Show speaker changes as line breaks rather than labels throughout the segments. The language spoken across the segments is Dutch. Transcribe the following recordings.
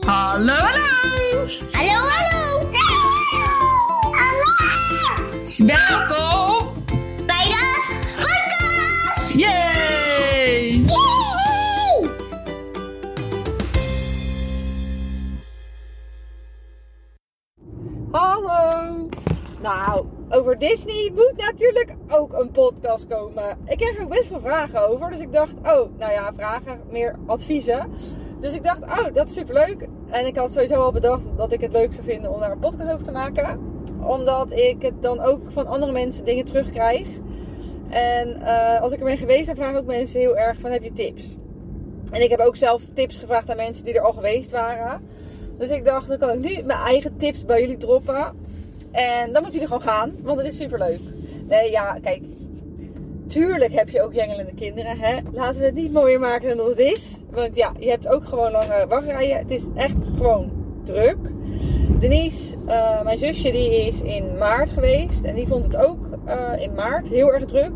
Hallo, hallo!
Hallo, hallo! Hallo!
Welkom
Bij de podcast!
Yay!
Yay!
Hallo! Nou, over Disney moet natuurlijk ook een podcast komen. Ik kreeg er ook best veel vragen over. Dus ik dacht, vragen, meer adviezen. Dus ik dacht, dat is superleuk. En ik had sowieso al bedacht dat ik het leuk zou vinden om daar een podcast over te maken. Omdat ik het dan ook van andere mensen dingen terugkrijg. En als ik er ben geweest, dan vragen ook mensen heel erg van, heb je tips? En ik heb ook zelf tips gevraagd aan mensen die er al geweest waren. Dus ik dacht, dan kan ik nu mijn eigen tips bij jullie droppen. En dan moeten jullie gewoon gaan, want het is superleuk. Nee, ja, kijk. Tuurlijk heb je ook jengelende kinderen, hè. Laten we het niet mooier maken dan dat het is. Want ja, je hebt ook gewoon lange wachtrijen. Het is echt gewoon druk. Denise, mijn zusje, die is in maart geweest. En die vond het ook in maart heel erg druk.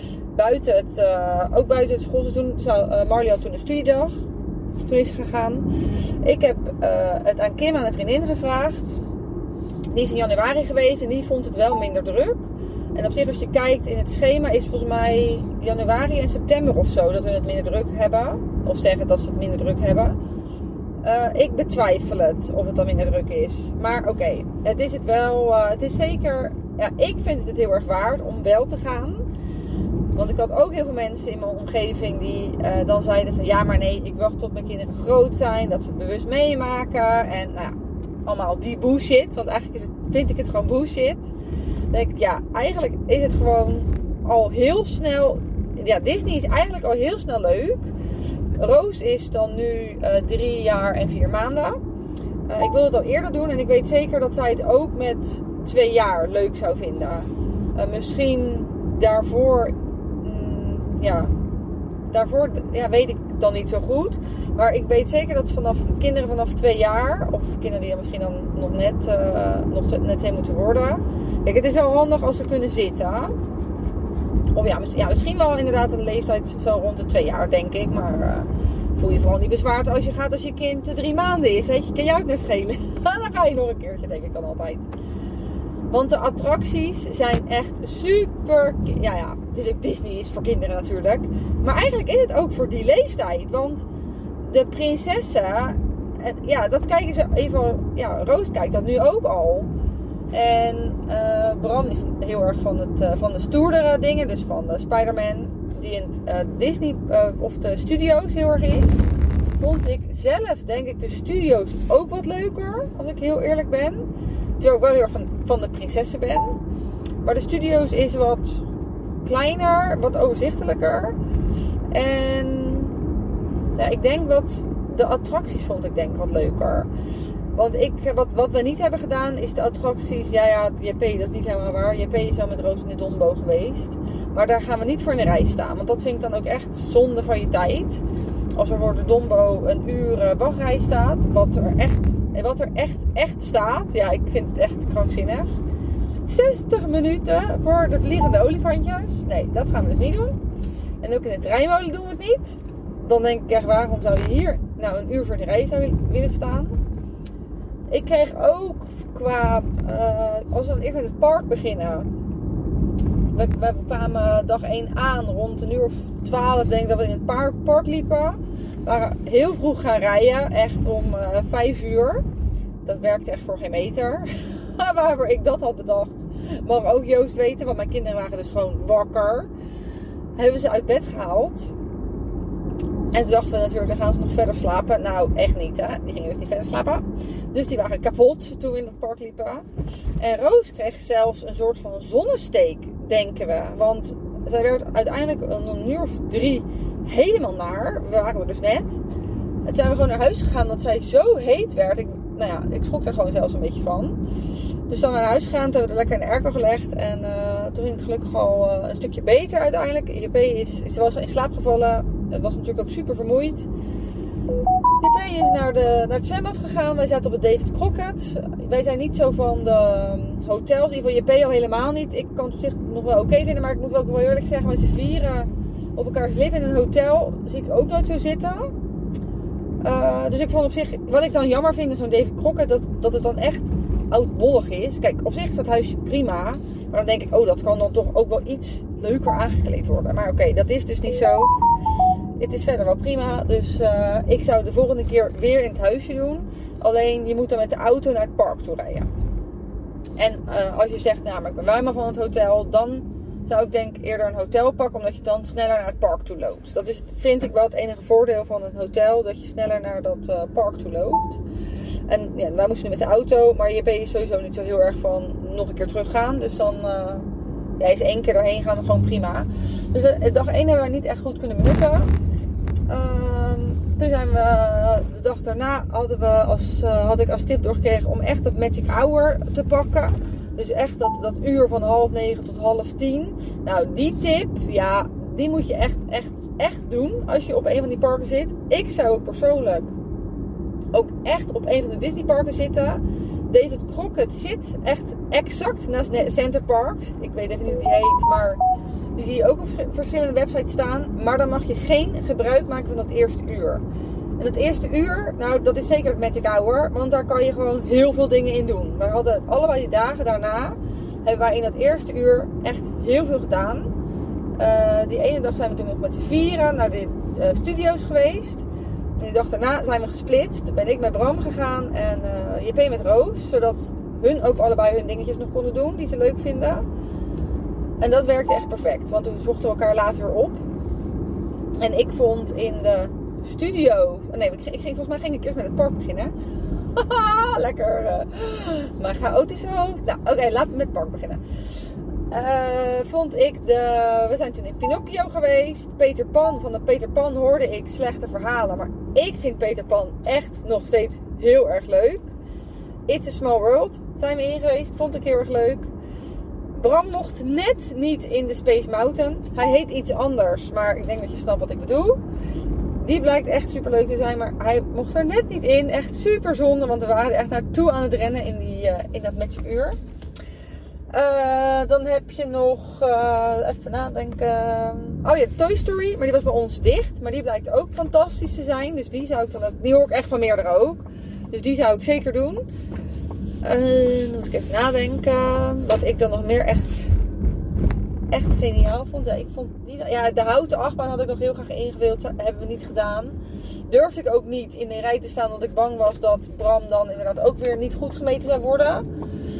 Ook buiten het schoolseizoen. Marley had toen een studiedag. Toen is ze gegaan. Ik heb het aan Kim, aan een vriendin, gevraagd. Die is in januari geweest en die vond het wel minder druk. En op zich, als je kijkt in het schema, is volgens mij januari en september of zo dat we het minder druk hebben. Of zeggen dat ze het minder druk hebben. Ik betwijfel het of het dan minder druk is. Maar oké, het is het wel. Het is zeker. Ja, ik vind het heel erg waard om wel te gaan. Want ik had ook heel veel mensen in mijn omgeving die dan zeiden van ja, maar nee, ik wacht tot mijn kinderen groot zijn, dat ze het bewust meemaken. En nou ja, allemaal die bullshit. Want eigenlijk vind ik het gewoon bullshit. Dan denk ik, ja, eigenlijk is het gewoon al heel snel. Ja, Disney is eigenlijk al heel snel leuk. Roos is dan nu 3 jaar en 4 maanden. Ik wilde het al eerder doen en ik weet zeker dat zij het ook met 2 jaar leuk zou vinden. Misschien daarvoor, weet ik dan niet zo goed. Maar ik weet zeker dat kinderen vanaf 2 jaar, of kinderen die er misschien dan nog net 2 moeten worden. Kijk, het is wel handig als ze kunnen zitten. Of misschien wel inderdaad een leeftijd zo rond de 2 jaar, denk ik. Maar voel je vooral niet bezwaard als je kind 3 maanden is. Weet je, kan jou ook nog schelen. Dan ga je nog een keertje, denk ik dan altijd. Want de attracties zijn echt super. Ja, het is ook Disney, is voor kinderen natuurlijk. Maar eigenlijk is het ook voor die leeftijd. Want de prinsessen, dat kijken ze even. Ja, Roos kijkt dat nu ook al. En Bram is heel erg van de stoerdere dingen. Dus van de Spider-Man, die in Disney of de studio's heel erg is. Vond ik zelf, denk ik, de studio's ook wat leuker. Als ik heel eerlijk ben. Terwijl ik wel heel erg van de prinsessen ben. Maar de studio's is wat kleiner, wat overzichtelijker. En ja, ik denk de attracties vond ik wat leuker. Want wat we niet hebben gedaan is de attracties. JP, dat is niet helemaal waar. JP is wel met Roos in de Dombo geweest. Maar daar gaan we niet voor in de rij staan. Want dat vind ik dan ook echt zonde van je tijd. Als er voor de Dombo een uur wachtrij staat. Wat er echt staat. Ja, ik vind het echt krankzinnig. 60 minuten voor de vliegende olifantjes. Nee, dat gaan we dus niet doen. En ook in de treinmolen doen we het niet. Dan denk ik echt, waarom zou je hier nou een uur voor de rij willen staan? Ik kreeg ook als we dan even met het park beginnen. We kwamen dag 1 aan rond een uur of 12, denk ik, dat we in het park liepen. We waren heel vroeg gaan rijden, echt om 5 uur. Dat werkte echt voor geen meter. Waarvoor ik dat had bedacht, mag ook Joost weten, want mijn kinderen waren dus gewoon wakker. Hebben ze uit bed gehaald. En toen dachten we natuurlijk, dan gaan ze nog verder slapen. Nou, echt niet, hè. Die gingen dus niet verder slapen. Dus die waren kapot toen we in het park liepen. En Roos kreeg zelfs een soort van zonnesteek, denken we. Want zij werd uiteindelijk een uur of 3 helemaal naar. We waren er dus net. En toen zijn we gewoon naar huis gegaan, omdat zij zo heet werd. Ik schrok er gewoon zelfs een beetje van. Dus dan naar huis gegaan, toen hebben we er lekker in de airco gelegd. En toen ging het gelukkig al een stukje beter uiteindelijk. JP was in slaap gevallen. Het was natuurlijk ook super vermoeid. JP is naar het zwembad gegaan. Wij zaten op het David Crockett. Wij zijn niet zo van de hotels. In ieder geval JP al helemaal niet. Ik kan het op zich nog wel oké vinden. Maar ik moet ook wel eerlijk zeggen, met z'n vieren op elkaars leven in een hotel zie ik ook nooit zo zitten. Dus ik vond op zich, wat ik dan jammer vind in zo'n Davy Crockett, dat het dan echt oudbollig is. Kijk, op zich is dat huisje prima. Maar dan denk ik, dat kan dan toch ook wel iets leuker aangekleed worden. Maar oké, dat is dus niet zo. Het is verder wel prima. Dus ik zou de volgende keer weer in het huisje doen. Alleen, je moet dan met de auto naar het park toe rijden. En als je zegt, maar ik ben wel van het hotel, dan zou ik denk eerder een hotel pakken, omdat je dan sneller naar het park toe loopt. Dat is, vind ik wel het enige voordeel van een hotel, dat je sneller naar dat park toe loopt. En ja, wij moesten nu met de auto, maar je bent sowieso niet zo heel erg van nog een keer teruggaan. Dus dan is 1 keer daarheen gaan gewoon prima. Dus dag 1 hebben we niet echt goed kunnen benutten. Toen zijn we de dag daarna had ik als tip doorgekregen om echt dat Magic Hour te pakken. Dus echt dat uur van 8:30 tot 9:30. Nou, die tip, ja, die moet je echt doen als je op een van die parken zit. Ik zou ook persoonlijk ook echt op een van de Disney parken zitten. David Crockett zit echt exact naast Center Parks. Ik weet even niet hoe die heet, maar die zie je ook op verschillende websites staan. Maar dan mag je geen gebruik maken van dat eerste uur. En dat eerste uur, nou dat is zeker het Magic Hour, want daar kan je gewoon heel veel dingen in doen. Wij hadden allebei die dagen daarna, hebben wij in dat eerste uur echt heel veel gedaan. Die ene dag zijn we toen nog met z'n vieren naar de studio's geweest. En die dag daarna zijn we gesplitst. Toen ben ik met Bram gegaan en JP met Roos. Zodat hun ook allebei hun dingetjes nog konden doen die ze leuk vinden. En dat werkte echt perfect. Want we zochten elkaar later weer op. En ik vond in de studio... volgens mij ging ik eerst met het park beginnen. Haha, lekker. Maar chaotische hoofd. Nou, oké, laten we met het park beginnen. We zijn toen in Pinocchio geweest. Peter Pan. Van de Peter Pan hoorde ik slechte verhalen. Maar ik vind Peter Pan echt nog steeds heel erg leuk. It's a Small World zijn we in geweest. Vond ik heel erg leuk. Bram mocht net niet in de Space Mountain. Hij heet iets anders. Maar ik denk dat je snapt wat ik bedoel. Die blijkt echt super leuk te zijn. Maar hij mocht er net niet in. Echt super zonde. Want we waren echt naartoe aan het rennen in dat Magic Uur. Dan heb je nog, even nadenken. Oh ja, Toy Story, maar die was bij ons dicht. Maar die blijkt ook fantastisch te zijn. Dus die zou ik dan ook, die hoor ik echt van meerdere ook. Dus die zou ik zeker doen. Dan moet ik even nadenken. Wat ik dan nog meer echt geniaal vond. Ja, ik vond de houten achtbaan had ik nog heel graag ingewild. Hebben we niet gedaan. Durfde ik ook niet in de rij te staan, omdat ik bang was dat Bram dan inderdaad ook weer niet goed gemeten zou worden.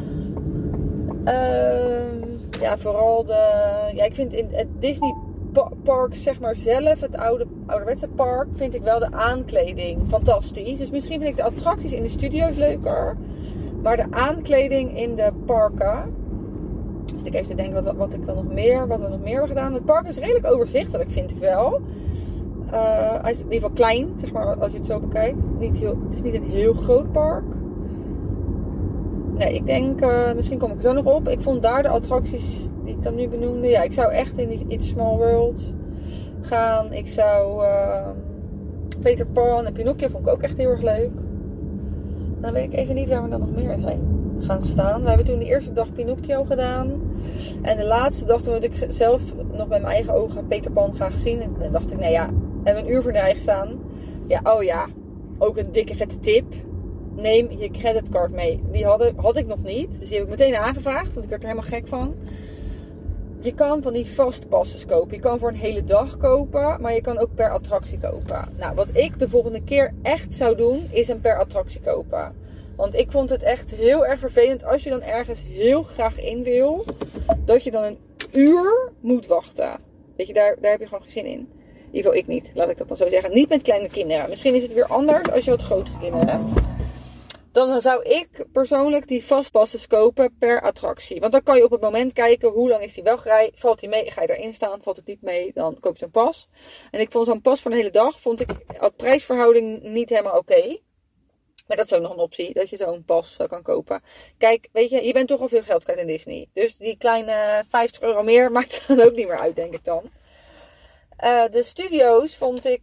Vooral ik vind in het Disney park, zeg maar zelf, het ouderwetse park, vind ik wel de aankleding fantastisch. Dus misschien vind ik de attracties in de studio's leuker. Maar de aankleding in de parken. Dus ik even te denken wat we nog meer hebben gedaan. Het park is redelijk overzichtelijk, vind ik wel. Hij is in ieder geval klein, zeg maar, als je het zo bekijkt. Het is niet een heel groot park. Nee, ik denk, misschien kom ik er zo nog op. Ik vond daar de attracties die ik dan nu benoemde. Ja, ik zou echt in die It's Small World gaan. Ik zou Peter Pan en Pinocchio vond ik ook echt heel erg leuk. Dan weet ik even niet waar we dan nog meer zijn gaan staan. We hebben toen de eerste dag Pinocchio gedaan. En de laatste dag, toen ik zelf nog met mijn eigen ogen Peter Pan graag zien. En dan dacht ik, hebben we een uur voor de rij gestaan. Ja, ook een dikke vette tip. Neem je creditcard mee. Die had ik nog niet. Dus die heb ik meteen aangevraagd. Want ik werd er helemaal gek van. Je kan van die vastpassen kopen. Je kan voor een hele dag kopen. Maar je kan ook per attractie kopen. Nou, wat ik de volgende keer echt zou doen. Is een per attractie kopen. Want ik vond het echt heel erg vervelend. Als je dan ergens heel graag in wil. Dat je dan een uur moet wachten. Weet je, daar heb je gewoon geen zin in. In ieder geval ik niet. Laat ik dat dan zo zeggen. Niet met kleine kinderen. Misschien is het weer anders als je wat grotere kinderen hebt. Dan zou ik persoonlijk die vastpassen kopen per attractie. Want dan kan je op het moment kijken hoe lang is die wachtrij. Valt die mee, ga je erin staan. Valt het niet mee, dan koop je zo'n pas. En ik vond zo'n pas voor een hele dag, vond ik op prijsverhouding niet helemaal oké. Maar dat is ook nog een optie, dat je zo'n pas kan kopen. Kijk, weet je bent toch al veel geld kwijt in Disney. Dus die kleine €50 meer maakt dan ook niet meer uit, denk ik dan. De studio's vond ik...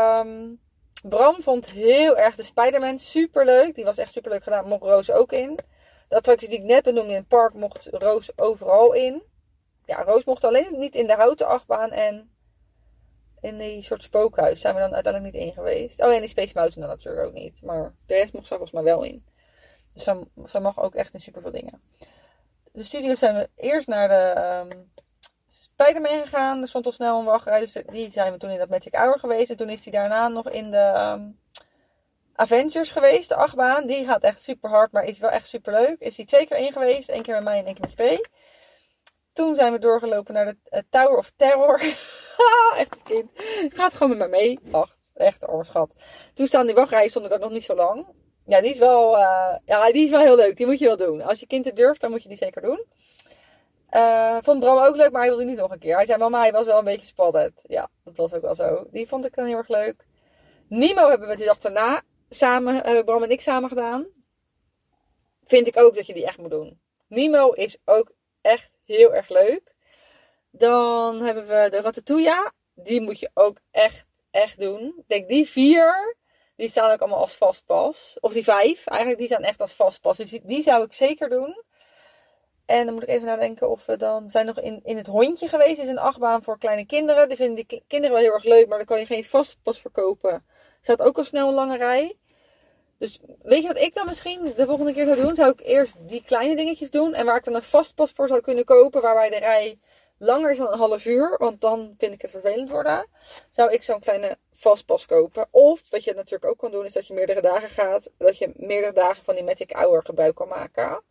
Bram vond heel erg de Spider-Man super leuk. Die was echt super leuk gedaan. Mocht Roos ook in. De attracties die ik net benoemde in het park mocht Roos overal in. Ja, Roos mocht alleen niet in de houten achtbaan. En in die soort spookhuis zijn we dan uiteindelijk niet in geweest. Oh ja, in die Space Mountain dan natuurlijk ook niet. Maar de rest mocht ze volgens mij wel in. Dus ze mag ook echt in superveel dingen. De studio zijn we eerst naar de Spider-Man gegaan. Er stond al snel een wachtrij. Dus die zijn we toen in dat Magic Hour geweest. En toen is hij daarna nog in de Avengers geweest. De achtbaan. Die gaat echt super hard. Maar is wel echt super leuk. Is hij 2 keer in geweest. 1 keer met mij en 1 keer met P. Toen zijn we doorgelopen naar de Tower of Terror. Echt het kind. Gaat gewoon met mij mee. Wacht. Echt arme schat. Toen staan die wachtrijen stonden daar nog niet zo lang. Ja, die is wel heel leuk. Die moet je wel doen. Als je kind het durft, dan moet je die zeker doen. Vond Bram ook leuk, maar hij wilde niet nog een keer. Hij zei, mama, hij was wel een beetje spannend. Ja, dat was ook wel zo. Die vond ik dan heel erg leuk. Nemo hebben we die dag daarna samen, Bram en ik samen gedaan. Vind ik ook dat je die echt moet doen. Nemo is ook echt heel erg leuk. Dan hebben we de Ratatouille. Die moet je ook echt doen. Ik denk die 4... Die staan ook allemaal als vastpas. Of die 5. Eigenlijk die staan echt als vastpas. Dus die zou ik zeker doen. En dan moet ik even nadenken of we dan... zijn nog in het Hondje geweest. Is een achtbaan voor kleine kinderen. Die vinden die kinderen wel heel erg leuk. Maar dan kan je geen vastpas verkopen. Er staat ook al snel een lange rij. Dus weet je wat ik dan misschien de volgende keer zou doen? Zou ik eerst die kleine dingetjes doen. En waar ik dan een vastpas voor zou kunnen kopen. Waarbij de rij langer is dan een half uur. Want dan vind ik het vervelend worden. Zou ik zo'n kleine vastpas kopen. Of, wat je natuurlijk ook kan doen, is dat je meerdere dagen gaat. Dat je meerdere dagen van die Magic Hour gebruik kan maken.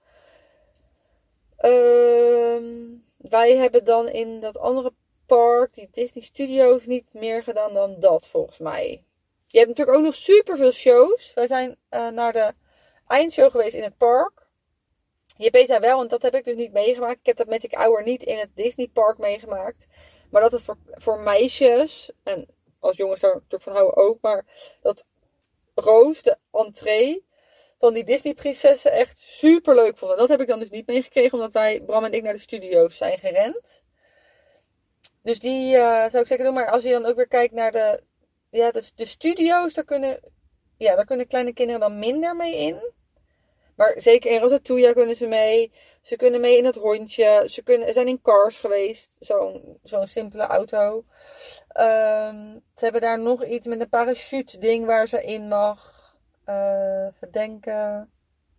Wij hebben dan in dat andere park, die Disney Studios, niet meer gedaan dan dat volgens mij. Je hebt natuurlijk ook nog superveel shows. Wij zijn naar de eindshow geweest in het park. JP zei wel, want dat heb ik dus niet meegemaakt. Ik heb dat Magic Hour niet in het Disney Park meegemaakt. Maar dat het voor meisjes, en als jongens daar natuurlijk van houden ook, maar dat Roos, de entree van die Disney prinsessen, echt super leuk vond. En dat heb ik dan dus niet meegekregen, omdat Bram en ik naar de studio's zijn gerend. Dus die zou ik zeker doen. Maar als je dan ook weer kijkt naar de studio's, daar kunnen kleine kinderen dan minder mee in. Maar zeker in Ratatouille kunnen ze mee. Ze kunnen mee in het Hondje. Ze zijn in Cars geweest. Zo'n simpele auto. Ze hebben daar nog iets met een parachute ding waar ze in mag. Verdenken.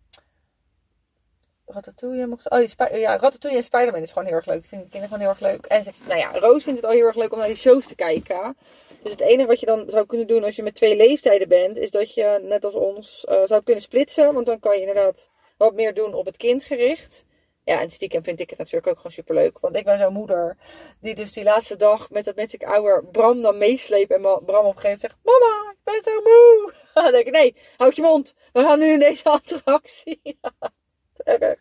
Ratatouille. Ratatouille en Spider-Man is gewoon heel erg leuk. Dat vinden de kinderen gewoon heel erg leuk. En Roos vindt het al heel erg leuk om naar die shows te kijken. Dus het enige wat je dan zou kunnen doen als je met 2 leeftijden bent, is dat je net als ons zou kunnen splitsen. Want dan kan je inderdaad wat meer doen op het kind gericht. Ja, en stiekem vind ik het natuurlijk ook gewoon superleuk. Want ik ben zo'n moeder die dus die laatste dag met dat Magic Hour Bram dan meesleept. En Bram op een gegeven moment zegt, mama, ik ben zo moe. Dan denk ik, nee, houd je mond. We gaan nu in deze attractie. Erg.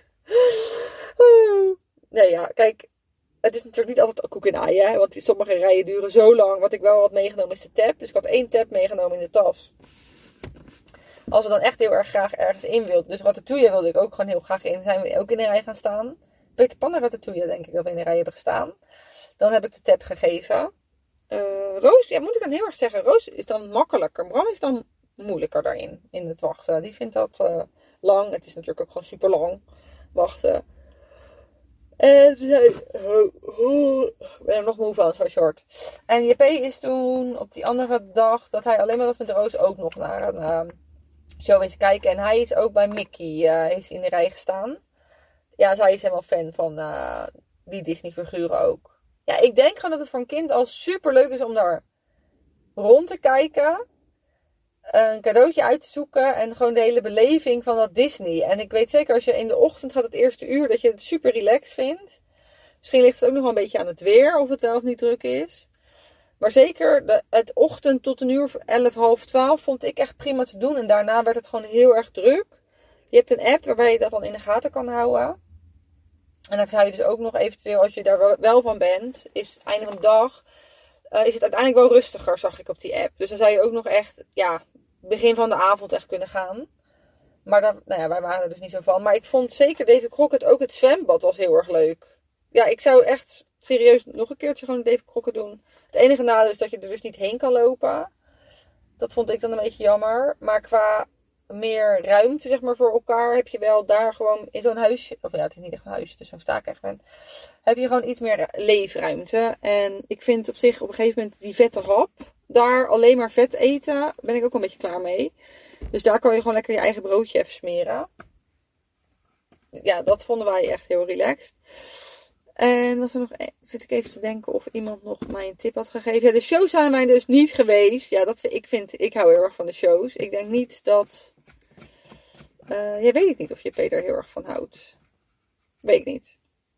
Nee, ja, kijk. Het is natuurlijk niet altijd koek en ei, hè? Want sommige rijen duren zo lang. Wat ik wel had meegenomen is de tab. Dus ik had 1 tab meegenomen in de tas. Als we dan echt heel erg graag ergens in wilden. Dus Ratatouille wilde ik ook gewoon heel graag in. Zijn we ook in de rij gaan staan. Peter Pan en Ratatouille denk ik dat we in de rij hebben gestaan. Dan heb ik de tab gegeven. Roos, ja, moet ik dan heel erg zeggen. Roos is dan makkelijker. Bram is dan moeilijker daarin. In het wachten. Die vindt dat lang. Het is natuurlijk ook gewoon super lang wachten. En toen zei ik ben er nog moe van, zo short. En JP is toen op die andere dag, dat hij alleen maar was met Roos, ook nog naar een show eens kijken. En hij is ook bij Mickey is in de rij gestaan. Ja, zij is helemaal fan van die Disney figuren ook. Ja, ik denk gewoon dat het voor een kind al super leuk is om daar rond te kijken. Een cadeautje uit te zoeken en gewoon de hele beleving van dat Disney. En ik weet zeker als je in de ochtend gaat, het eerste uur, dat je het super relaxed vindt. Misschien ligt het ook nog wel een beetje aan het weer, of het wel of niet druk is. Maar zeker het ochtend tot 11, half 12 vond ik echt prima te doen. En daarna werd het gewoon heel erg druk. Je hebt een app waarbij je dat dan in de gaten kan houden. En dan zou je dus ook nog eventueel, als je daar wel van bent, is het einde van de dag, is het uiteindelijk wel rustiger, zag ik op die app. Dus dan zou je ook nog echt, begin van de avond echt kunnen gaan. Maar wij waren er dus niet zo van. Maar ik vond zeker David Crockett, ook het zwembad was heel erg leuk. Ja, ik zou echt serieus nog een keertje gewoon David Crockett doen. Het enige nadeel is dat je er dus niet heen kan lopen. Dat vond ik dan een beetje jammer. Maar qua meer ruimte, zeg maar, voor elkaar. Heb je wel daar gewoon in zo'n huisje. Of ja, het is niet echt een huisje, het is zo'n staakerven. Heb je gewoon iets meer leefruimte. En ik vind op zich op een gegeven moment die vette hap. Daar alleen maar vet eten, ben ik ook een beetje klaar mee. Dus daar kan je gewoon lekker je eigen broodje even smeren. Ja, dat vonden wij echt heel relaxed. En was er nog, zit ik even te denken of iemand nog mij een tip had gegeven. Ja, de shows zijn mij dus niet geweest. Ja, ik hou heel erg van de shows. Ik denk niet dat... weet ik niet of je Peter heel erg van houdt. Weet ik niet.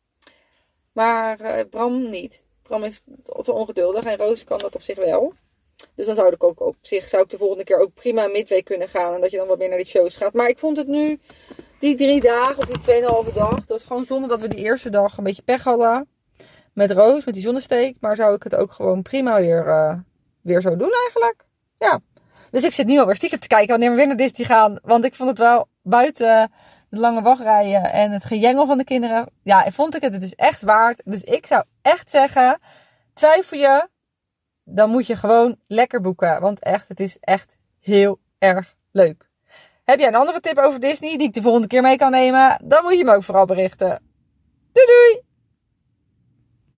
Maar Bram niet. Bram is te ongeduldig en Roos kan dat op zich wel. Dus dan zou ik ook op zich, zou ik de volgende keer ook prima midweek kunnen gaan. En dat je dan wat meer naar die shows gaat. Maar ik vond het nu, die 3 dagen of die 2,5 dag. Dat was gewoon zonde dat we die eerste dag een beetje pech hadden. Met Roos, met die zonnesteek. Maar zou ik het ook gewoon prima weer zo doen eigenlijk. Ja. Dus ik zit nu alweer stiekem te kijken wanneer we weer naar Disney gaan. Want ik vond het wel buiten de lange wachtrijen en het gejengel van de kinderen. Ja, vond ik het dus echt waard. Dus ik zou echt zeggen, twijfel je, dan moet je gewoon lekker boeken. Want echt, het is echt heel erg leuk. Heb jij een andere tip over Disney die ik de volgende keer mee kan nemen? Dan moet je me ook vooral berichten. Doei doei!